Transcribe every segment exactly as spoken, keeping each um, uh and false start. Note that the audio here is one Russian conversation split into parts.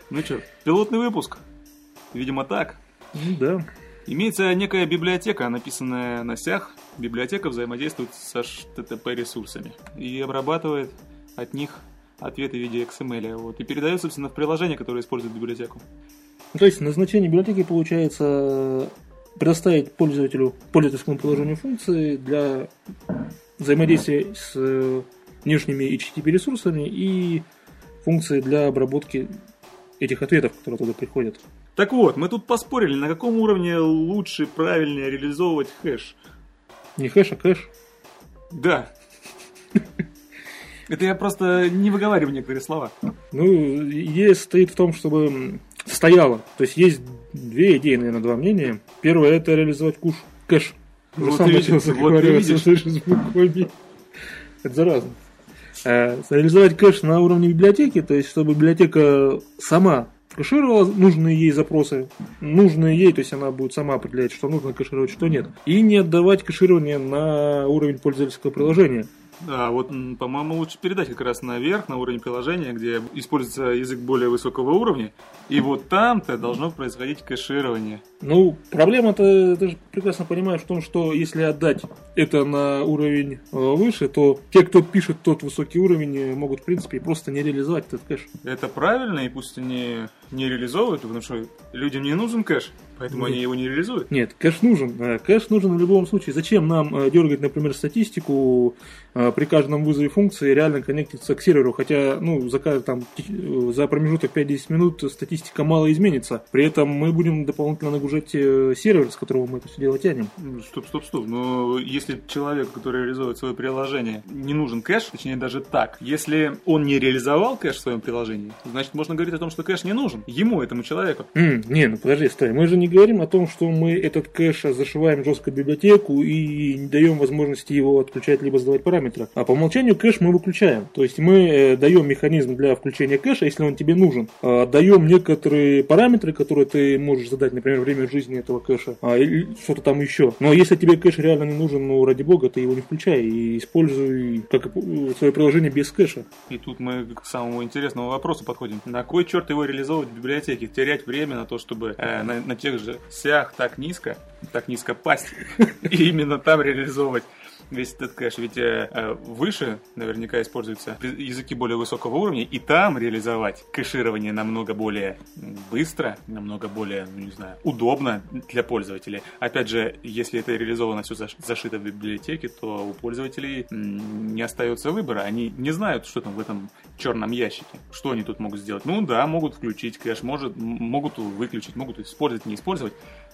Ну что, пилотный выпуск? Видимо, так. Ну да. Имеется некая библиотека, написанная на сях. Библиотека взаимодействует со эйч ти ти пи ресурсами и обрабатывает от них ответы в виде икс эм эль. Вот, и передает, собственно, в приложение, которое использует библиотеку. То есть назначение библиотеки получается предоставить пользователю, пользовательскому приложению функции для взаимодействия с внешними эйч ти ти пи ресурсами и функции для обработки этих ответов, которые туда приходят. Так вот, мы тут поспорили, на каком уровне лучше, правильнее реализовывать хэш. Не хэш, а кэш. Да. Это я просто не выговариваю некоторые слова. Ну, идея состоит в том, чтобы стояло. То есть есть две идеи, наверное, два мнения. Первое — это реализовать куш, кэш. Вот ты видишь, вот ты видишь. Это заразно. Реализовать кэш на уровне библиотеки, то есть чтобы библиотека сама кэшировала нужные ей запросы, нужные ей, то есть она будет сама определять, что нужно кэшировать, что нет, и не отдавать кэширование на уровень пользовательского приложения. Да, вот, по-моему, лучше передать как раз наверх, на уровень приложения, где используется язык более высокого уровня, и вот там-то должно происходить кэширование. Ну, проблема-то, ты же прекрасно понимаешь в том, что если отдать это на уровень выше, то те, кто пишет тот высокий уровень, могут, в принципе, просто не реализовать этот кэш. Это правильно, и пусть они не реализовывают, потому что людям не нужен кэш, поэтому Нет. они его не реализуют. Нет, кэш нужен. Кэш нужен в любом случае. Зачем нам дергать, например, статистику при каждом вызове функции реально коннектиться к серверу, хотя ну, за, там, за промежуток пять-десять минут статистика мало изменится. При этом мы будем дополнительно нагружать сервер, с которого мы это все дело тянем. Стоп, стоп, стоп. Но если человеку, который реализует свое приложение, не нужен кэш, точнее даже так, если он не реализовал кэш в своем приложении, значит можно говорить о том, что кэш не нужен ему, этому человеку. Mm, не, ну подожди, стой. Мы же не говорим о том, что мы этот кэш зашиваем жестко в библиотеку и не даем возможности его отключать либо сдавать параметры. А по умолчанию кэш мы выключаем. То есть мы э, даем механизм для включения кэша, если он тебе нужен. Э, даем некоторые параметры, которые ты можешь задать, например, время жизни этого кэша, а, или что-то там еще. Но если тебе кэш реально не нужен, ну ради бога, ты его не включай и используй как свое приложение без кэша. И тут мы к самому интересному вопросу подходим. На кой черт его реализовывать в библиотеке? Терять время на то, чтобы э, на, на тех же сях так низко, так низко пасть и именно там реализовывать весь этот кэш, ведь э, выше наверняка используются языки более высокого уровня, и там реализовать кэширование намного более быстро, намного более, ну не знаю, удобно для пользователей. Опять же, если это реализовано все зашито в библиотеке, то у пользователей не остается выбора. Они не знают, что там в этом черном ящике. Что они тут могут сделать? Ну да, могут включить кэш, может, могут выключить, могут использовать, не использовать.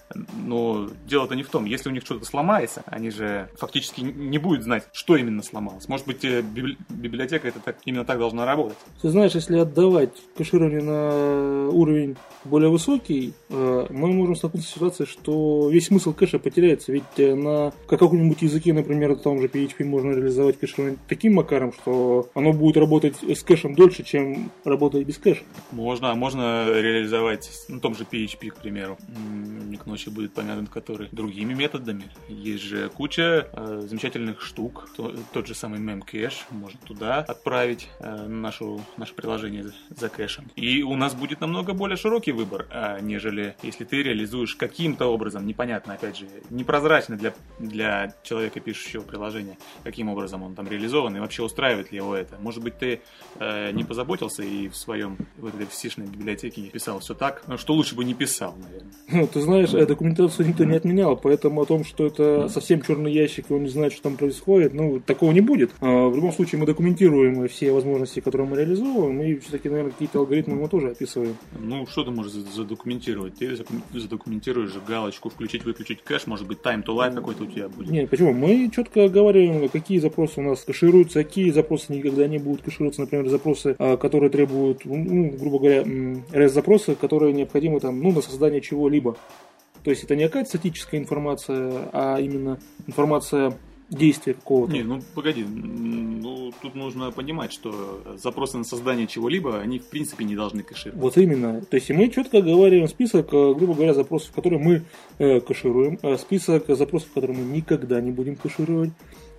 Но дело-то не в том, если у них что-то сломается, они же фактически не будут знать, что именно сломалось. Может быть, библиотека это так, именно так должна работать. Ты знаешь, если отдавать кэширование на уровень более высокий, мы можем столкнуться с ситуацией, что весь смысл кэша потеряется. Ведь на каком-нибудь языке, например, в том же пи эйч пи, можно реализовать кэширование таким макаром, что оно будет работать с кэшем дольше, чем работает без кэша. Можно, можно реализовать на том же пи эйч пи, к примеру. Не к ночи будет помянут, который другими методами. Есть же куча э, замечательных штук. То, тот же самый мемкэш можно туда отправить э, нашу, наше приложение за, за кэшем. И у нас будет намного более широкий выбор, э, нежели если ты реализуешь каким-то образом, непонятно, опять же, непрозрачно для, для человека, пишущего приложение, каким образом он там реализован и вообще устраивает ли его это. Может быть, ты э, не позаботился и в своем в этой сишной библиотеке не писал все так, но что лучше бы не писал, наверное. Ну, ты знаешь, документацию никто не отменял, поэтому о том, что это совсем черный ящик, и он не знает, что там происходит, ну, такого не будет. А в любом случае мы документируем все возможности, которые мы реализовываем, и все-таки, наверное, какие-то алгоритмы мы тоже описываем. Ну, что ты можешь задокументировать? Ты задокументируешь же галочку включить-выключить кэш, может быть, time to life какой-то у тебя будет. Нет, почему? Мы четко оговариваем, какие запросы у нас кэшируются, какие запросы никогда не будут кэшироваться, например, запросы, которые требуют, ну, грубо говоря, REST-запросы, которые необходимы там, ну, на создание чего-либо. То есть это не какая-то статическая информация, а именно информация действия какого-то. Не, ну погоди, ну тут нужно понимать, что запросы на создание чего-либо, они в принципе не должны кэшировать. Вот именно. То есть мы четко оговариваем список, грубо говоря, запросов, которые мы э, кэшируем, список запросов, которые мы никогда не будем кэшировать.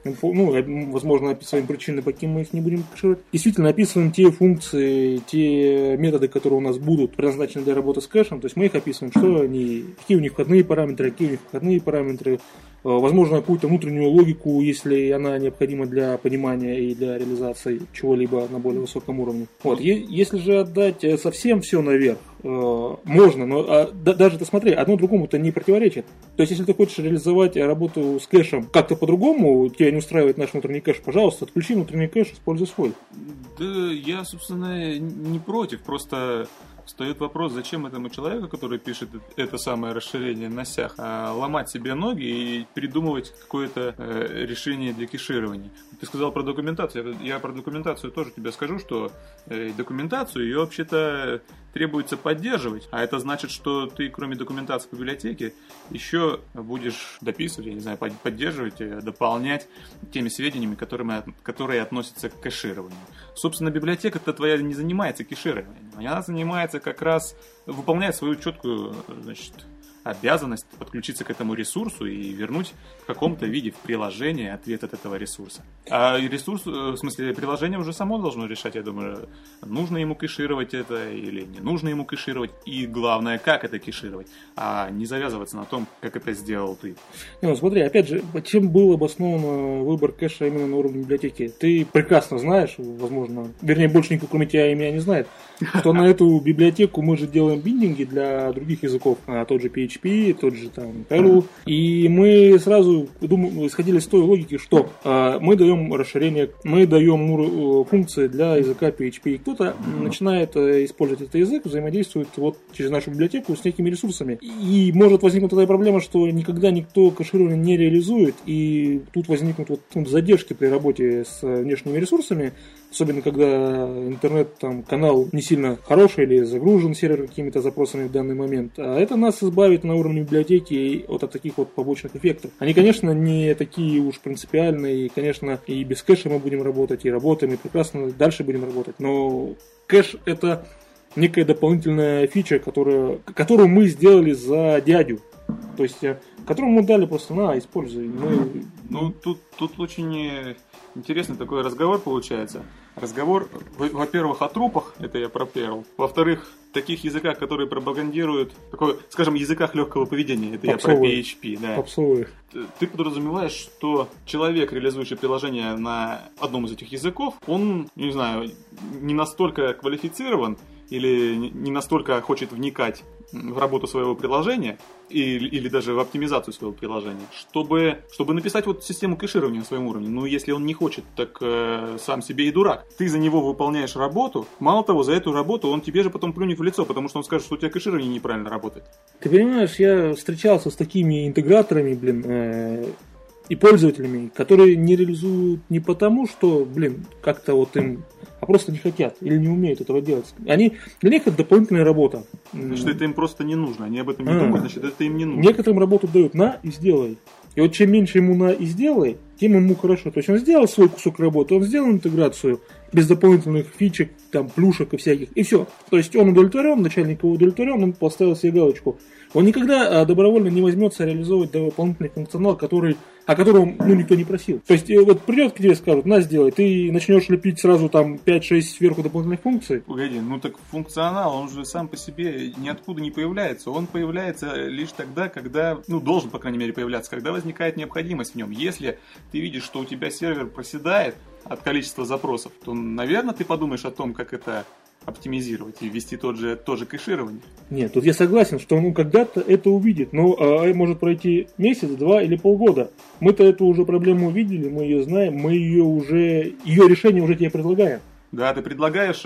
ну, возможно, описываем причины, по каким мы их не будем кэшировать. Действительно, описываем те функции, те методы, которые у нас будут предназначены для работы с кэшем. То есть мы их описываем, что они, какие у них входные параметры, какие у них входные параметры. Возможно, какую-то внутреннюю логику, если она необходима для понимания и для реализации чего-либо на более высоком уровне. Вот. Если же отдать совсем все наверх, можно, но даже, ты смотри, одно другому-то не противоречит. То есть, если ты хочешь реализовать работу с кэшем как-то по-другому, тебя не устраивает наш внутренний кэш, пожалуйста, отключи внутренний кэш, используй свой. Да, я, собственно, не против, просто... Встает вопрос, зачем этому человеку, который пишет это самое расширение на сях, ломать себе ноги и придумывать какое-то э, решение для кэширования. Ты сказал про документацию. Я про документацию тоже тебе скажу, что э, документацию ее вообще-то требуется поддерживать. А это значит, что ты, кроме документации по библиотеке, еще будешь дописывать, я не знаю, поддерживать, дополнять теми сведениями, которые, которые относятся к кэшированию. Собственно, библиотека-то твоя не занимается кэшированием. Она занимается как раз, выполняет свою четкую, значит, обязанность подключиться к этому ресурсу и вернуть в каком-то виде в приложение ответ от этого ресурса. А ресурс, в смысле, приложение уже само должно решать, я думаю, нужно ему кэшировать это или не нужно ему кэшировать, и главное, как это кэшировать, а не завязываться на том, как это сделал ты. Не, ну смотри, опять же, чем был обоснован выбор кэша именно на уровне библиотеки? Ты прекрасно знаешь, возможно, вернее, больше никто, кроме тебя и меня, не знает, что на эту библиотеку мы же делаем биндинги для других языков, а тот же пи эйч пи, тот же там Perl, и мы сразу думали, исходили из той логики, что а, мы даем расширение, мы даем функции для языка пи эйч пи, и кто-то начинает использовать этот язык, взаимодействует вот через нашу библиотеку с некими ресурсами, и может возникнуть такая проблема, что никогда никто кэширование не реализует, и тут возникнут вот, ну, задержки при работе с внешними ресурсами, особенно когда интернет, там, канал не сильно хороший или загружен сервер какими-то запросами в данный момент. А это нас избавит на уровне библиотеки от, от таких вот побочных эффектов. Они, конечно, не такие уж принципиальные, и, конечно, и без кэша мы будем работать, и работаем, и прекрасно дальше будем работать. Но кэш — это некая дополнительная фича, которая, которую мы сделали за дядю. То есть, которому мы дали просто на, используй. Мы... Ну, тут, тут очень интересный такой разговор получается. Разговор, во-первых, о трупах, это я про Perl. Во-вторых, таких языках, которые пропагандируют, такой, скажем, языках легкого поведения, это попсовые. Я про пи эйч пи. Да. Попсовые. Ты подразумеваешь, что человек, реализующий приложение на одном из этих языков, он, не знаю, не настолько квалифицирован или не настолько хочет вникать в работу своего приложения или, или даже в оптимизацию своего приложения, чтобы, чтобы написать вот систему кэширования на своем уровне. Ну, если он не хочет, так э, сам себе и дурак. Ты за него выполняешь работу, мало того, за эту работу он тебе же потом плюнет в лицо, потому что он скажет, что у тебя кэширование неправильно работает. Ты понимаешь, я встречался с такими интеграторами, блин, э, и пользователями, которые не реализуют не потому, что, блин, как-то вот им, а просто не хотят или не умеют этого делать. Они, для них это дополнительная работа. Значит, это им просто не нужно. Они об этом не а, думают, значит, это им не нужно. Некоторым работу дают на и сделай. И вот чем меньше ему на и сделай, тем ему хорошо. То есть он сделал свой кусок работы, он сделал интеграцию без дополнительных фичек, там, плюшек и всяких, и все. То есть он удовлетворен, начальник его удовлетворен, он поставил себе галочку. Он никогда а, добровольно не возьмется реализовывать дополнительный функционал, который, о котором ну, никто не просил. То есть вот придет к тебе и скажут, на, сделай, ты начнешь лепить сразу там пять-шесть сверху дополнительных функций. Погоди, ну так функционал, он же сам по себе ниоткуда не появляется. Он появляется лишь тогда, когда, ну должен, по крайней мере, появляться, когда возникает необходимость в нем. Если ты видишь, что у тебя сервер проседает от количества запросов, то, наверное, ты подумаешь о том, как это оптимизировать и ввести тот же, тоже кэширование. Нет, тут я согласен, что он когда-то это увидит, но а, может пройти месяц, два или полгода. Мы-то эту уже проблему увидели, мы ее знаем, мы ее уже, ее решение уже тебе предлагаем. Да, ты предлагаешь,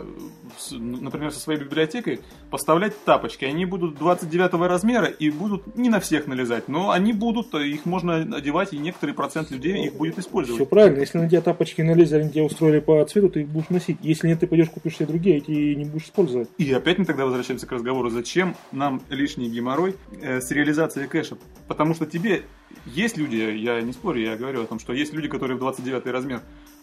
например, со своей библиотекой поставлять тапочки. Они будут двадцать девятого размера и будут не на всех налезать, но они будут, их можно одевать, и некоторый процент людей их будет использовать. Все правильно, если на тебя тапочки налезли, они тебя устроили по цвету, ты их будешь носить. Если нет, ты пойдешь купишь себе другие, эти не будешь использовать. И опять мы тогда возвращаемся к разговору, зачем нам лишний геморрой э, с реализацией кэша. Потому что тебе есть люди, я не спорю, я говорю о том, что есть люди, которые в двадцать девятый размер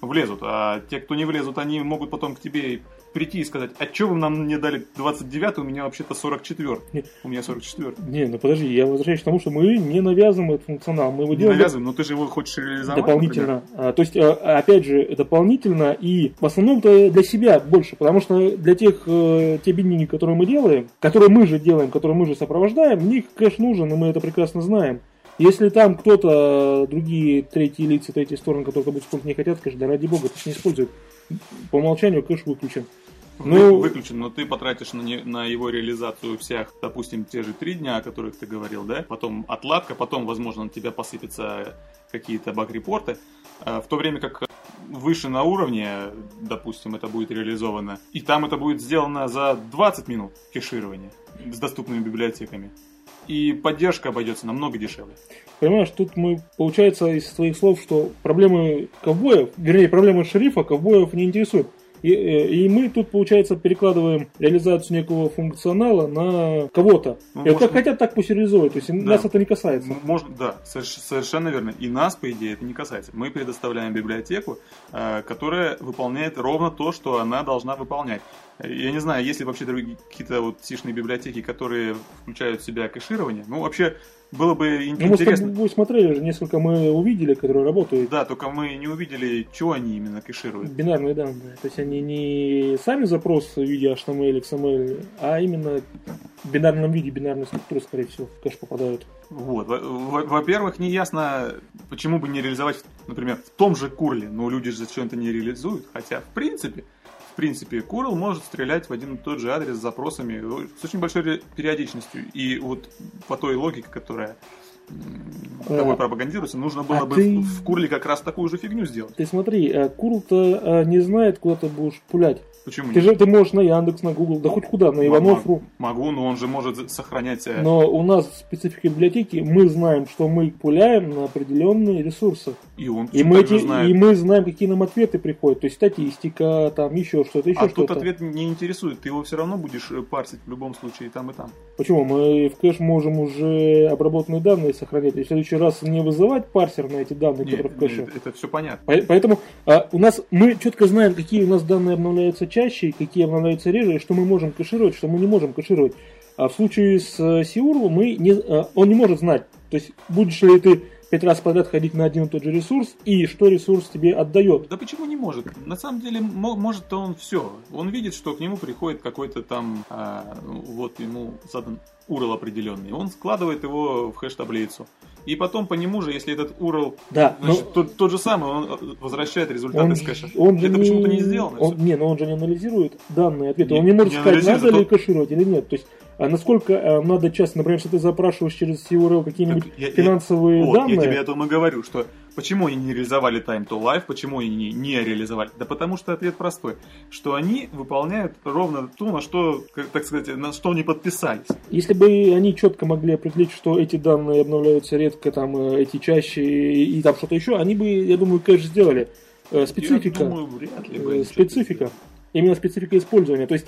влезут. А те, кто не влезут, они могут потом к тебе прийти и сказать, а что вы нам не дали двадцать девятый, у меня вообще-то сорок четвёртый. У меня сорок четвёртый. Не, ну подожди, я возвращаюсь к тому, что мы не навязываем этот функционал. Мы его не делаем навязываем, но ты же его хочешь реализовать. Дополнительно. А, то есть, а, опять же, дополнительно и в основном-то для себя больше, потому что для тех э, те биннинги, которые мы делаем, которые мы же делаем, которые мы же сопровождаем, в них кэш нужен, и мы это прекрасно знаем. Если там кто-то, другие третьи лица, третьи стороны, которые будут использовать, не хотят кэш, да ради бога, пусть не используют. По умолчанию кэш выключен. Ну, выключен, но ты потратишь на, не, на его реализацию всех, допустим, те же три дня, о которых ты говорил, да? Потом отладка, потом, возможно, на тебя посыпятся какие-то баг-репорты. В то время как выше на уровне, допустим, это будет реализовано, и там это будет сделано за двадцать минут кэширования с доступными библиотеками. И поддержка обойдется намного дешевле. Понимаешь, тут мы, получается из твоих слов, что проблемы ковбоев, вернее, проблемы шерифа ковбоев не интересуют. И, и мы тут, получается, перекладываем реализацию некого функционала на кого-то. Ну, и вот как хотят, так пусть реализуют. То есть да. Нас это не касается. Можно, да, совершенно верно. И нас, по идее, это не касается. Мы предоставляем библиотеку, которая выполняет ровно то, что она должна выполнять. Я не знаю, есть ли вообще другие какие-то вот сишные библиотеки, которые включают в себя кэширование. Ну, вообще, было бы интересно. Ну, мы смотрели же, несколько мы увидели, которые работают. Да, только мы не увидели, чего они именно кэшируют. Бинарные данные. То есть они не сами запрос в виде эйч ти эм эль, икс эм эль, а именно в бинарном виде, бинарные структуры, скорее всего, в кэш попадают. Вот. Во-первых, не ясно, почему бы не реализовать, например, в том же курле, но люди же зачем-то не реализуют, хотя, в принципе, В принципе, курл может стрелять в один и тот же адрес с запросами с очень большой периодичностью. И вот по той логике, которая тобой пропагандируется, нужно было а бы ты... в курле как раз такую же фигню сделать. Ты смотри, курл-то не знает, куда ты будешь пулять. Почему ты нет? же ты можешь на Яндекс, на Google, да хоть куда, на Иванов.ру. Могу, но он же может сохранять... Но у нас специфика библиотеки, мы знаем, что мы пуляем на определенные ресурсы. И он и мы, эти, знает. И мы знаем, какие нам ответы приходят. То есть статистика, там еще что-то, еще а что-то. А тут ответ не интересует, ты его все равно будешь парсить в любом случае и там, и там. Почему? Мы в кэш можем уже обработанные данные сохранять. И в следующий раз не вызывать парсер на эти данные, нет, которые в кэше. Нет, это все понятно. Поэтому а, у нас мы четко знаем, какие у нас данные обновляются чаще, какие обновляются реже, и что мы можем кэшировать, что мы не можем кэшировать. А в случае с Сиурлом мы не, он не может знать, то есть будешь ли ты пять раз подряд ходить на один и тот же ресурс, и что ресурс тебе отдает. Да почему не может? На самом деле, может-то он все. Он видит, что к нему приходит какой-то там, а, вот ему задан урл определенный. Он складывает его в хэш-таблицу. И потом по нему же, если этот урл, да, значит, но... тот, тот же самый, он возвращает результат он, из кэша. Он Это не... почему-то не сделано. Он, не, но он же не анализирует данные ответы. Не, он не может не сказать, надо то... ли кэшировать или нет. То есть, а насколько а, надо часто, например, если ты запрашиваешь через Сиурл какие-нибудь я, финансовые я, данные. Вот, я тебе о том и говорю, что почему они не реализовали Time to Life, почему они не, не реализовали? Да потому что ответ простой, что они выполняют ровно то, на что, так сказать, на что они подписались. Если бы они четко могли определить, что эти данные обновляются редко, там эти чаще и, и там что-то еще, они бы, я думаю, кэш сделали. Специфика. Я думаю, вряд ли бы специфика. Именно специфика использования. То есть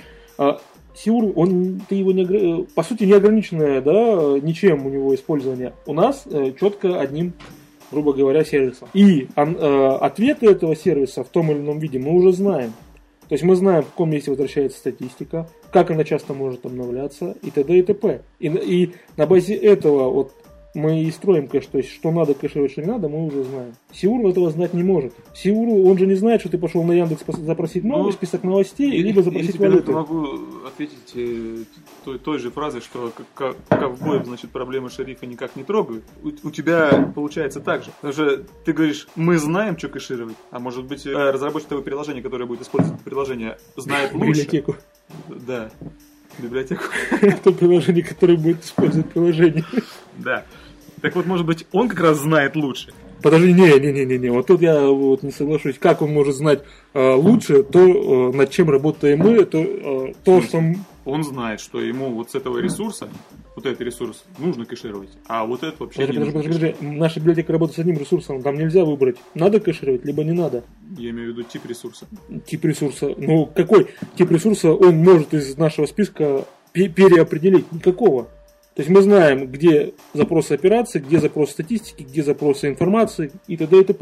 Сиур, он, ты его не, по сути, неограниченное, да, ничем у него использование. У нас э, четко одним, грубо говоря, сервисом. И э, ответы этого сервиса в том или ином виде мы уже знаем. То есть мы знаем, в каком месте возвращается статистика, как она часто может обновляться и т.д. и т.п. И, и на базе этого вот мы и строим кэш, то есть что надо кэшировать, что не надо, мы уже знаем. Сиурл этого знать не может. Сиурл, он же не знает, что ты пошел на Яндекс запросить новый ну, список новостей, и, либо запросить я валюты. Я могу ответить э, той, той же фразой, что ковбоев, значит, проблемы шерифа никак не трогают. У, у тебя получается так же. Потому что ты говоришь, мы знаем, что кэшировать, а может быть разработчик того приложения, которое будет использовать приложение, знает лучше. Библиотеку. Да. Библиотеку. То приложение, которое будет использовать приложение. Да. Так вот, может быть, он как раз знает лучше. Подожди, не-не-не-не, вот тут я вот не соглашусь. Как он может знать э, лучше то, э, над чем работаем мы, то, э, то что... Он знает, что ему вот с этого ресурса, вот этот ресурс нужно кэшировать, а вот этот вообще подожди, не подожди, нужно подожди, подожди. Наша библиотека работает с одним ресурсом, там нельзя выбрать, надо кэшировать, либо не надо. Я имею в виду тип ресурса. Тип ресурса. Ну, какой тип ресурса он может из нашего списка переопределить? Никакого. То есть мы знаем, где запросы операций, где запросы статистики, где запросы информации и т.д. и т.п.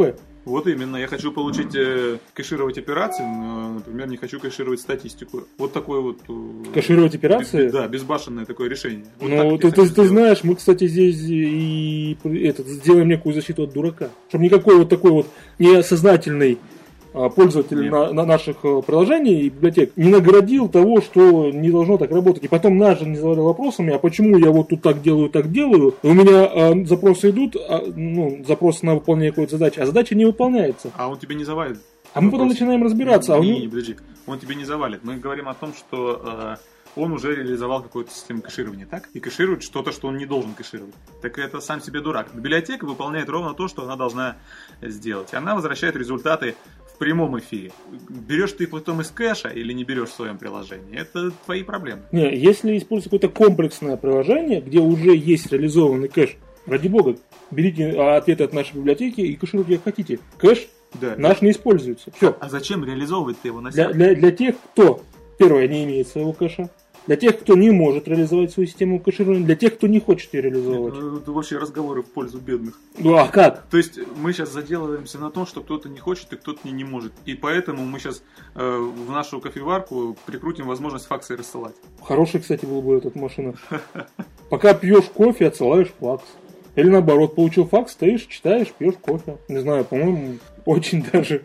Вот именно, я хочу получить, э, кэшировать операции, но, например, не хочу кэшировать статистику. Вот такое вот... Э, кэшировать операции? Без, да, безбашенное такое решение. Вот ну, ты, ты, ты знаешь, мы, кстати, здесь и этот, сделаем некую защиту от дурака. Чтобы никакой вот такой вот неосознательный пользователь на, на наших приложений и библиотек не наградил того, что не должно так работать. И потом нас же не задавали вопросами, а почему я вот тут так делаю, так делаю. У меня а, запросы идут, а, ну, запросы на выполнение какой-то задачи, а задача не выполняется. А он тебе не завалит. А мы потом начинаем разбираться. Не, а не, он... не, подожди. Он тебе не завалит. Мы говорим о том, что э, он уже реализовал какую-то систему кэширования, так? И кэширует что-то, что он не должен кэшировать. Так это сам себе дурак. Библиотека выполняет ровно то, что она должна сделать. Она возвращает результаты в прямом эфире. Берешь ты потом из кэша или не берешь в своем приложении, это твои проблемы. Не, если использовать какое-то комплексное приложение, где уже есть реализованный кэш, ради бога, берите ответы от нашей библиотеки и кэшируйте как хотите. Кэш да, наш да. не используется. Все. А зачем реализовывать ты его на для, для, для тех, кто, первое, не имеет своего кэша, для тех, кто не может реализовать свою систему кэширования, для тех, кто не хочет ее реализовывать. Это, это вообще разговоры в пользу бедных. Ну а как? То есть мы сейчас заделываемся на том, что кто-то не хочет и кто-то не, не может. И поэтому мы сейчас э, в нашу кофеварку прикрутим возможность факсы рассылать. Хорошая, кстати, была бы эта машина. Пока пьешь кофе, отсылаешь факс. Или наоборот, получил факс, стоишь, читаешь, пьешь кофе. Не знаю, по-моему, очень даже...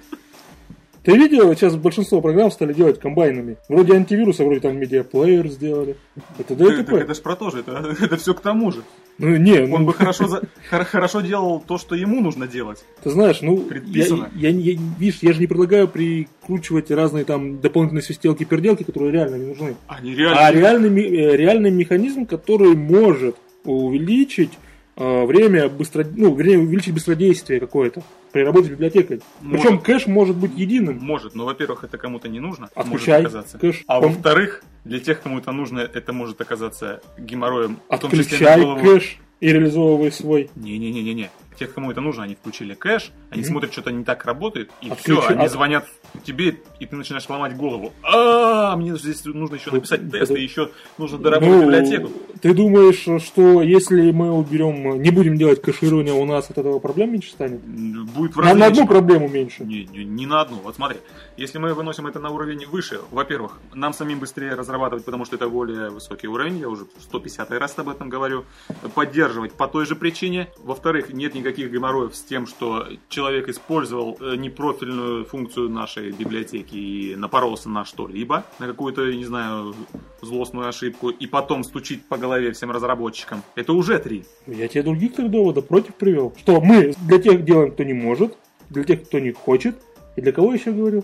Ты видел, сейчас большинство программ стали делать комбайнами. Вроде антивируса, вроде там медиаплеер сделали. Это д т п. Это ж про то же, это, это все к тому же. Ну, не, Он ну... бы хорошо, за... хорошо делал то, что ему нужно делать. Ты знаешь, ну, я, я, я, видишь, я же не предлагаю прикручивать разные там дополнительные свистелки-перделки, которые реально не нужны. Они реально... А реальный, реальный механизм, который может увеличить э, время быстро, ну, вернее, увеличить быстродействие какое-то при работе с библиотекой. Может. Причем кэш может быть единым. Может, но, во-первых, это кому-то не нужно. Отключай может оказаться. Кэш. А Пом... во-вторых, для тех, кому это нужно, это может оказаться геморроем. Отключай голову... кэш и реализовывай свой. Не-не-не-не. Тех, кому это нужно, они включили кэш, они mm-hmm. смотрят, что-то не так работает, и Отключи... все, они а... звонят тебе, и ты начинаешь ломать голову. А, мне здесь нужно еще написать тест, и еще нужно доработать ну, библиотеку. Ты думаешь, что если мы уберем, не будем делать кэширование, у нас от этого проблем меньше станет? Будет в на, на одну проблему меньше. Не, не, не на одну. Вот смотри, если мы выносим это на уровень выше, во-первых, нам самим быстрее разрабатывать, потому что это более высокий уровень, я уже сто пятьдесятый раз об этом говорю, поддерживать по той же причине. Во-вторых, нет никаких геморроев с тем, что человек использовал непрофильную функцию нашей библиотеки и напоролся на что-либо, на какую-то, не знаю, злостную ошибку, и потом стучить по голове всем разработчикам. Это уже три. Я тебе других трех доводов против привел. Что мы для тех делаем, кто не может, для тех, кто не хочет, и для кого еще говорил?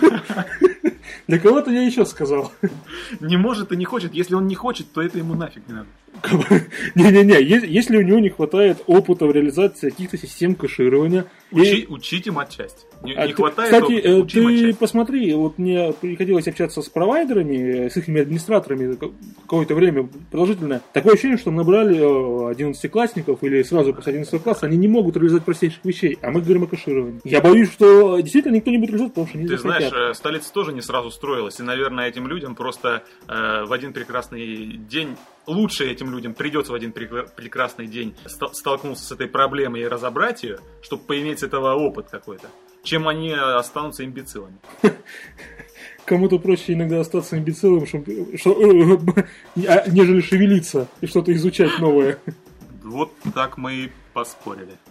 Для кого-то я еще сказал. Не может и не хочет. Если он не хочет, то это ему нафиг не надо. Не-не-не, если у него не хватает опыта в реализации каких-то систем кэширования... Учи, и... Учить им отчасти. Не, а не хватает Кстати, опыта, ты отчасти. Посмотри, вот мне приходилось общаться с провайдерами, с их администраторами какое-то время продолжительное. Такое ощущение, что набрали одиннадцатиклассников или сразу после одиннадцатого класса, они не могут реализовать простейших вещей, а мы говорим о кэшировании. Я боюсь, что действительно никто не будет реализовать, потому что не захотят. Ты знаешь, столица тоже не сразу строилась, и, наверное, этим людям просто э, в один прекрасный день... Лучше этим людям придется в один прекрасный день столкнуться с этой проблемой и разобрать ее, чтобы поиметь с этого опыт какой-то, чем они останутся имбецилами. Кому-то проще иногда остаться имбецилом, чтобы, что, нежели шевелиться и что-то изучать новое. Вот так мы и поспорили.